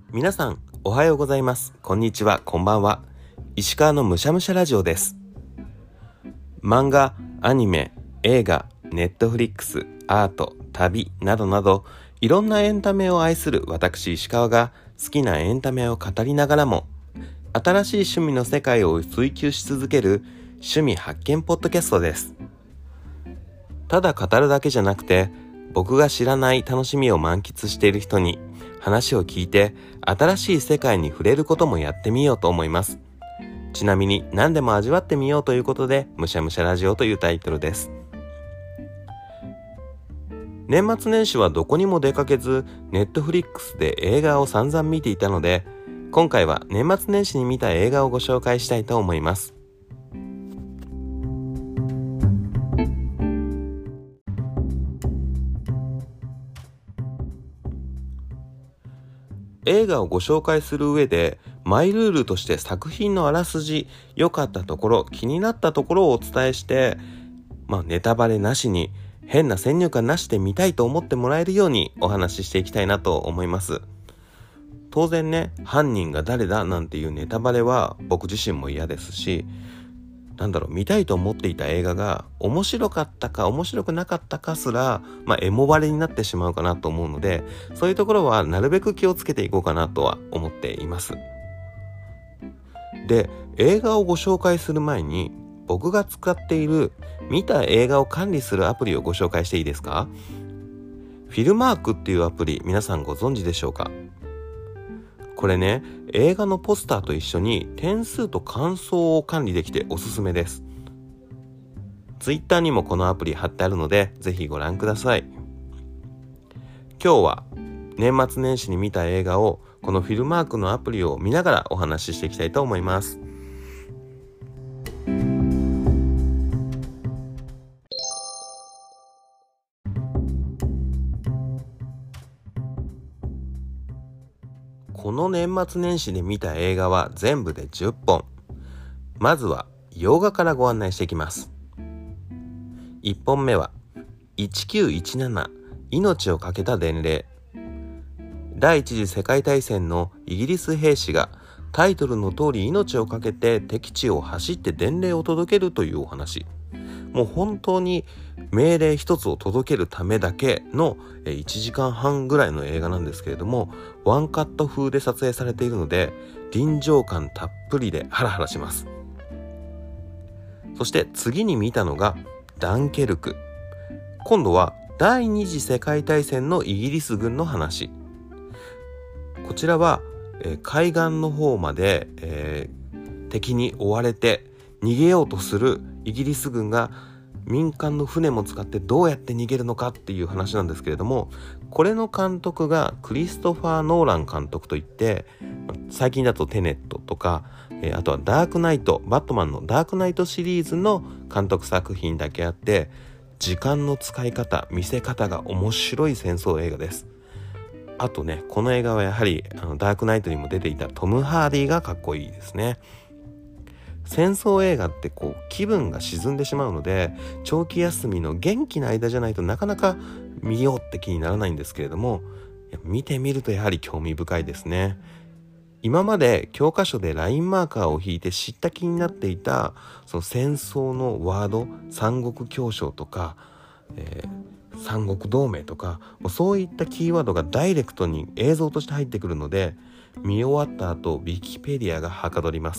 皆さんおはようございます。こんにちは、こんばんは。石川のむしゃむしゃラジオです。漫画、アニメ、映画、ネットフリックス、アート、旅などなどいろんなエンタメを愛する私石川が好きなエンタメを語りながらも新しい趣味の世界を追求し続ける趣味発見ポッドキャストです。ただ語るだけじゃなくて僕が知らない楽しみを満喫している人に話を聞いて新しい世界に触れることもやってみようと思います。ちなみに何でも味わってみようということでむしゃむしゃラジオというタイトルです。年末年始はどこにも出かけずネットフリックスで映画を散々見ていたので今回は年末年始に見た映画をご紹介したいと思います。映画をご紹介する上でマイルールとして作品のあらすじ、良かったところ、気になったところをお伝えしてネタバレなしに変な先入観なしで見たいと思ってもらえるようにお話ししていきたいなと思います。当然ね、犯人が誰だなんていうネタバレは僕自身も嫌ですし、見たいと思っていた映画が面白かったか面白くなかったかすら、エモバレになってしまうかなと思うので、そういうところはなるべく気をつけていこうかなとは思っています。で、映画をご紹介する前に僕が使っている見た映画を管理するアプリをご紹介していいですか？フィルマークっていうアプリ、皆さんご存知でしょうか？これね、映画のポスターと一緒に点数と感想を管理できておすすめです。ツイッターにもこのアプリ貼ってあるのでぜひご覧ください。今日は年末年始に見た映画をこのフィルマークのアプリを見ながらお話ししていきたいと思います。この年末年始で見た映画は全部で10本。まずは洋画からご案内していきます。1本目は1917命をかけた伝令。第一次世界大戦のイギリス兵士がタイトルの通り命をかけて敵地を走って伝令を届けるというお話。もう本当に命令一つを届けるためだけの1時間半ぐらいの映画なんですけれども、ワンカット風で撮影されているので臨場感たっぷりでハラハラします。そして次に見たのがダンケルク。今度は第二次世界大戦のイギリス軍の話。こちらは、海岸の方まで、敵に追われて逃げようとするイギリス軍が民間の船も使ってどうやって逃げるのかっていう話なんですけれども、これの監督がクリストファー・ノーラン監督といって、最近だとテネットとか、あとはダークナイト、バットマンのダークナイトシリーズの監督作品だけあって、時間の使い方、見せ方が面白い戦争映画です。あとね、この映画はやはりダークナイトにも出ていたトム・ハーディがかっこいいですね。戦争映画って気分が沈んでしまうので、長期休みの元気な間じゃないとなかなか見ようって気にならないんですけれども、見てみるとやはり興味深いですね。今まで教科書でラインマーカーを引いて知った気になっていたその戦争のワード、三国協商とか、三国同盟とか、そういったキーワードがダイレクトに映像として入ってくるので、見終わった後ウィキペディアがはかどります。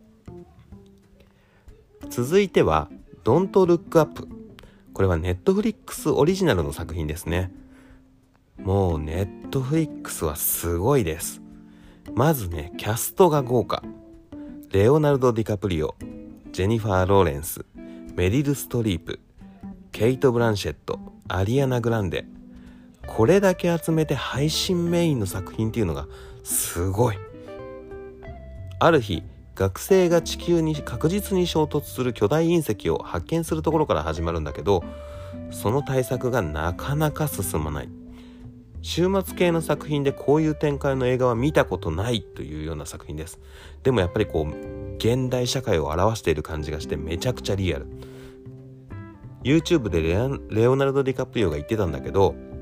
続いてはDon't Look Up。これはネットフリックスオリジナルの作品ですね。もうネットフリックスはすごいです。まずね、キャストが豪華。レオナルド・ディカプリオ、ジェニファー・ローレンス、メリル・ストリープ、ケイト・ブランシェット、アリアナ・グランデ。これだけ集めて配信メインの作品っていうのがすごい。ある日、学生が地球に確実に衝突する巨大隕石を発見するところから始まるんだけど、その対策がなかなか進まない。終末系の作品でこういう展開の映画は見たことないというような作品です。でもやっぱり現代社会を表している感じがしてめちゃくちゃリアル。YouTube でレオナルド・ディカプリオが言ってたんだけど、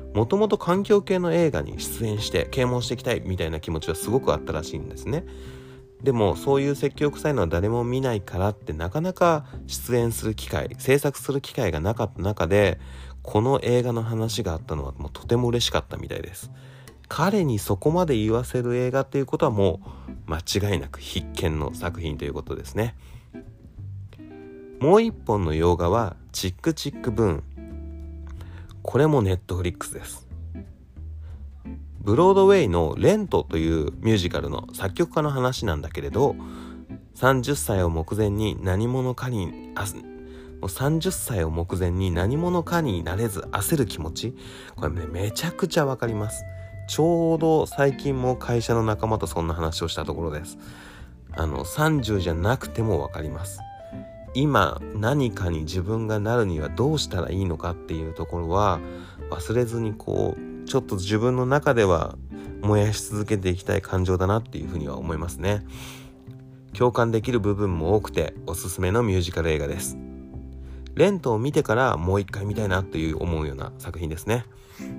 もともと環境系の映画に出演して啓蒙していきたいみたいな気持ちはすごくあったらしいんですね。でもそういう説教臭いのは誰も見ないからってなかなか出演する機会、制作する機会がなかった中で、この映画の話があったのはもうとても嬉しかったみたいです。彼にそこまで言わせる映画っていうことはもう間違いなく必見の作品ということですね。もう一本の洋画はチックチックブーン。これもネットフリックスです。ブロードウェイのレントというミュージカルの作曲家の話なんだけれど、30歳を目前に何者かに30歳を目前に何者かになれず焦る気持ち、これねめちゃくちゃわかります。ちょうど最近も会社の仲間とそんな話をしたところです。30じゃなくてもわかります。今何かに自分がなるにはどうしたらいいのかっていうところは忘れずにちょっと自分の中では燃やし続けていきたい感情だなっていうふうには思いますね。共感できる部分も多くておすすめのミュージカル映画です。レントを見てからもう一回見たいなという思うような作品ですね。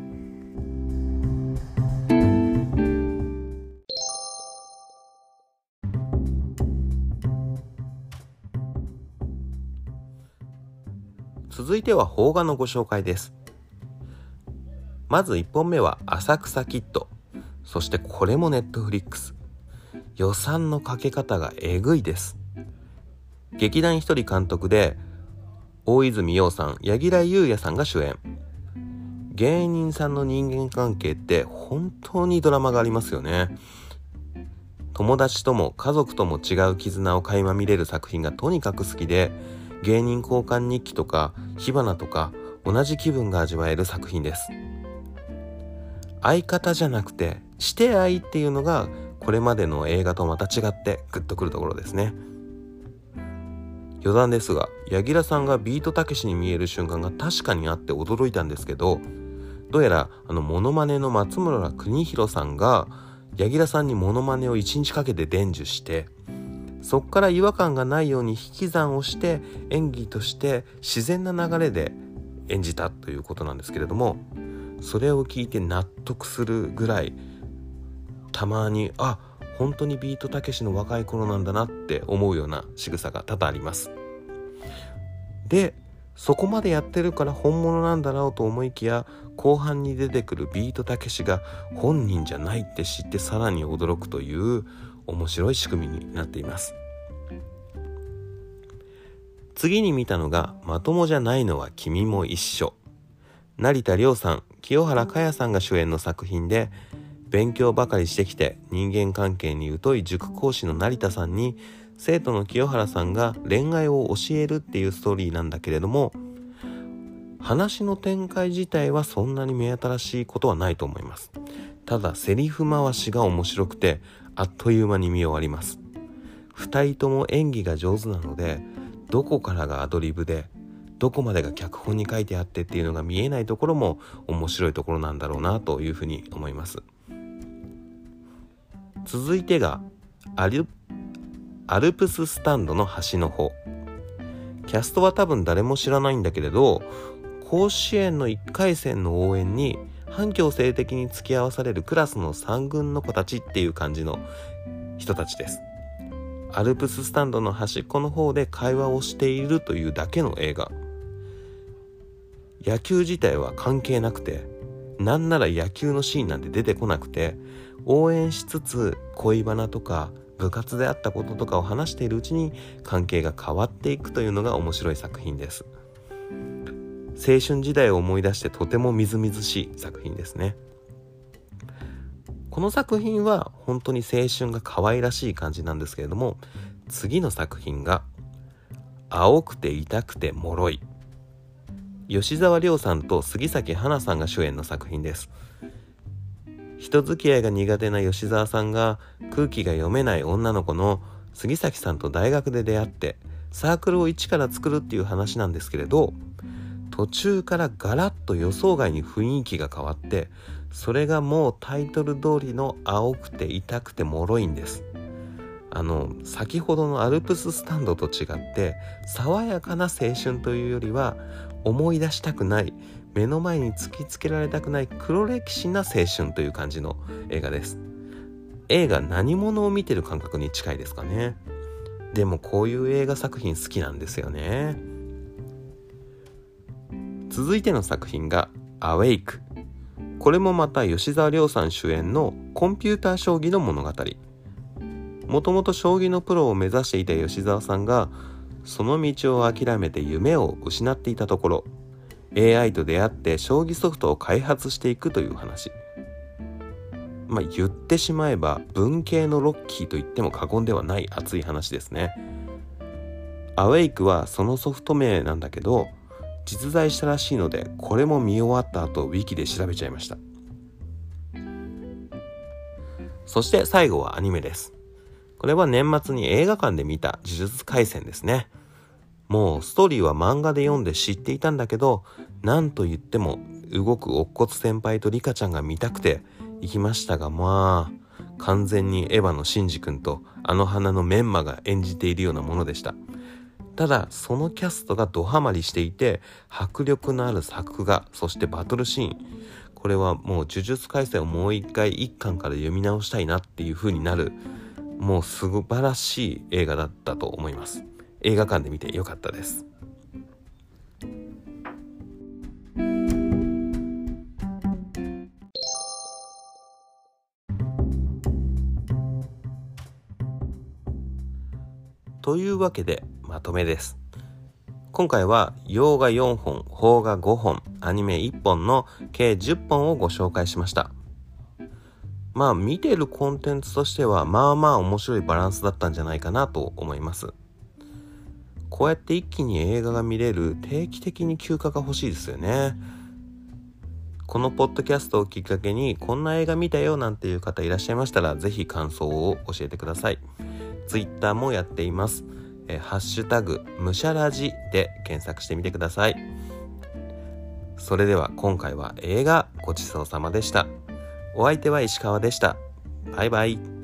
続いては邦画のご紹介です。まず1本目は浅草キッド。そしてこれもネットフリックス。予算のかけ方がえぐいです。劇団ひとり監督で大泉洋さん、柳楽優弥さんが主演。芸人さんの人間関係って本当にドラマがありますよね。友達とも家族とも違う絆を垣間見れる作品がとにかく好きで、芸人交換日記とか火花とか同じ気分が味わえる作品です。相方じゃなくてして愛っていうのがこれまでの映画とまた違ってグッとくるところですね。余談ですが、柳楽さんがビートたけしに見える瞬間が確かにあって驚いたんですけど、どうやらモノマネの松村邦洋さんが柳楽さんにモノマネを1日かけて伝授して、そっから違和感がないように引き算をして演技として自然な流れで演じたということなんですけれども、それを聞いて納得するぐらい、たまに本当にビートたけしの若い頃なんだなって思うような仕草が多々あります。で、そこまでやってるから本物なんだろうと思いきや、後半に出てくるビートたけしが本人じゃないって知ってさらに驚くという面白い仕組みになっています。次に見たのがまともじゃないのは君も一緒。成田凌さん、清原果耶さんが主演の作品で、勉強ばかりしてきて人間関係に疎い塾講師の成田さんに生徒の清原さんが恋愛を教えるっていうストーリーなんだけれども、話の展開自体はそんなに目新しいことはないと思います。ただセリフ回しが面白くてあっという間に見終わります。2人とも演技が上手なので、どこからがアドリブでどこまでが脚本に書いてあってっていうのが見えないところも面白いところなんだろうなというふうに思います。続いてがアルプススタンドの端の方。キャストは多分誰も知らないんだけれど、甲子園の1回戦の応援に反強制的に付き合わされるクラスの3軍の子たちっていう感じの人たちです。アルプススタンドの端っこの方で会話をしているというだけの映画。野球自体は関係なくて、なんなら野球のシーンなんて出てこなくて、応援しつつ恋バナとか部活であったこととかを話しているうちに関係が変わっていくというのが面白い作品です。青春時代を思い出してとてもみずみずしい作品ですね。この作品は本当に青春が可愛らしい感じなんですけれども、次の作品が青くて痛くて脆い。吉沢亮さんと杉咲花さんが主演の作品です。人付き合いが苦手な吉沢さんが空気が読めない女の子の杉咲さんと大学で出会ってサークルを一から作るっていう話なんですけれど、途中からガラッと予想外に雰囲気が変わって、それがもうタイトル通りの青くて痛くて脆いんです。先ほどのアルプススタンドと違って爽やかな青春というよりは、思い出したくない目の前に突きつけられたくない黒歴史な青春という感じの映画です。映画何者を見てる感覚に近いですかね。でもこういう映画作品好きなんですよね。続いての作品がアウェイク。これもまた吉沢亮さん主演のコンピューター将棋の物語。もともと将棋のプロを目指していた吉沢さんがその道を諦めて夢を失っていたところ、AI と出会って将棋ソフトを開発していくという話。言ってしまえば文系のロッキーと言っても過言ではない熱い話ですね。アウェイクはそのソフト名なんだけど実在したらしいので、これも見終わった後ウィキで調べちゃいました。そして最後はアニメです。これは年末に映画館で見た呪術廻戦ですね。もうストーリーは漫画で読んで知っていたんだけど、なんと言っても動く乙骨先輩とリカちゃんが見たくて行きましたが、完全にエヴァのシンジ君とあの花のメンマが演じているようなものでした。ただそのキャストがドハマりしていて、迫力のある作画、そしてバトルシーン、これはもう呪術廻戦をもう一回一巻から読み直したいなっていう風になる、もう素晴らしい映画だったと思います。映画館で見てよかったです。というわけでまとめです。今回は洋画4本、邦画5本、アニメ1本の計10本をご紹介しました。見てるコンテンツとしては面白いバランスだったんじゃないかなと思います。こうやって一気に映画が見れる定期的に休暇が欲しいですよね。このポッドキャストをきっかけにこんな映画見たよなんていう方いらっしゃいましたら、ぜひ感想を教えてください。ツイッターもやっています。ハッシュタグむしゃらじで検索してみてください。それでは今回は映画ごちそうさまでした。お相手は石川でした。バイバイ。